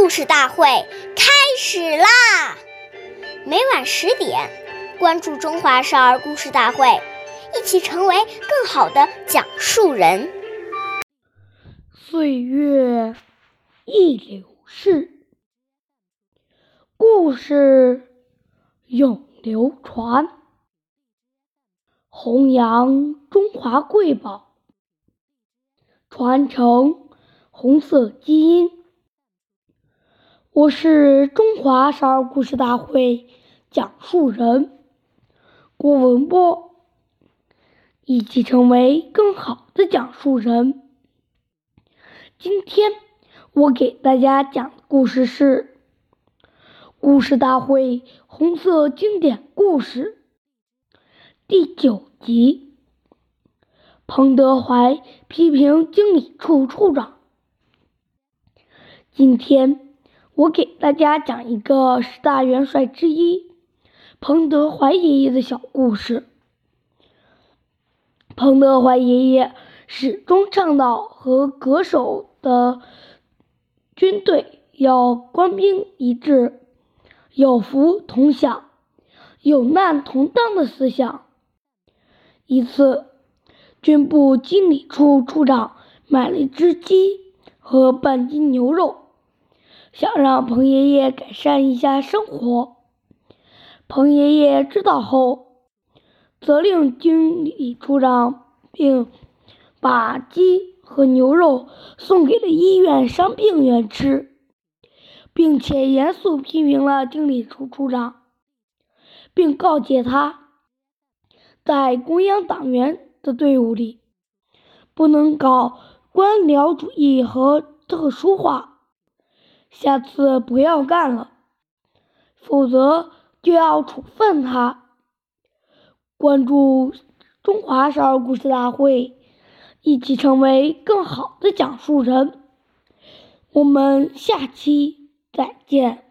故事大会开始啦！每晚10点，关注中华少儿故事大会，一起成为更好的讲述人。 岁月易流逝，故事永流传，弘扬中华瑰宝，传承红色基因。我是中华少儿故事大会讲述人郭文波，一起成为更好的讲述人。今天我给大家讲的故事是故事大会红色经典故事第9集，彭德怀批评经理处处长。今天我给大家讲一个10大元帅之一彭德怀爷爷的小故事。彭德怀爷爷始终倡导和恪守的军队要官兵一致、有福同享、有难同当的思想。一次，军部经理处处长买了一只鸡和半斤牛肉，想让彭爷爷改善一下生活。彭爷爷知道后，责令经理处长，并把鸡和牛肉送给了医院伤病员吃，并且严肃批评了经理处处长，并告诫他，在公央党员的队伍里，不能搞官僚主义和特殊化，下次不要干了，否则就要处分他。关注中华少儿故事大会，一起成为更好的讲述人。我们下期再见。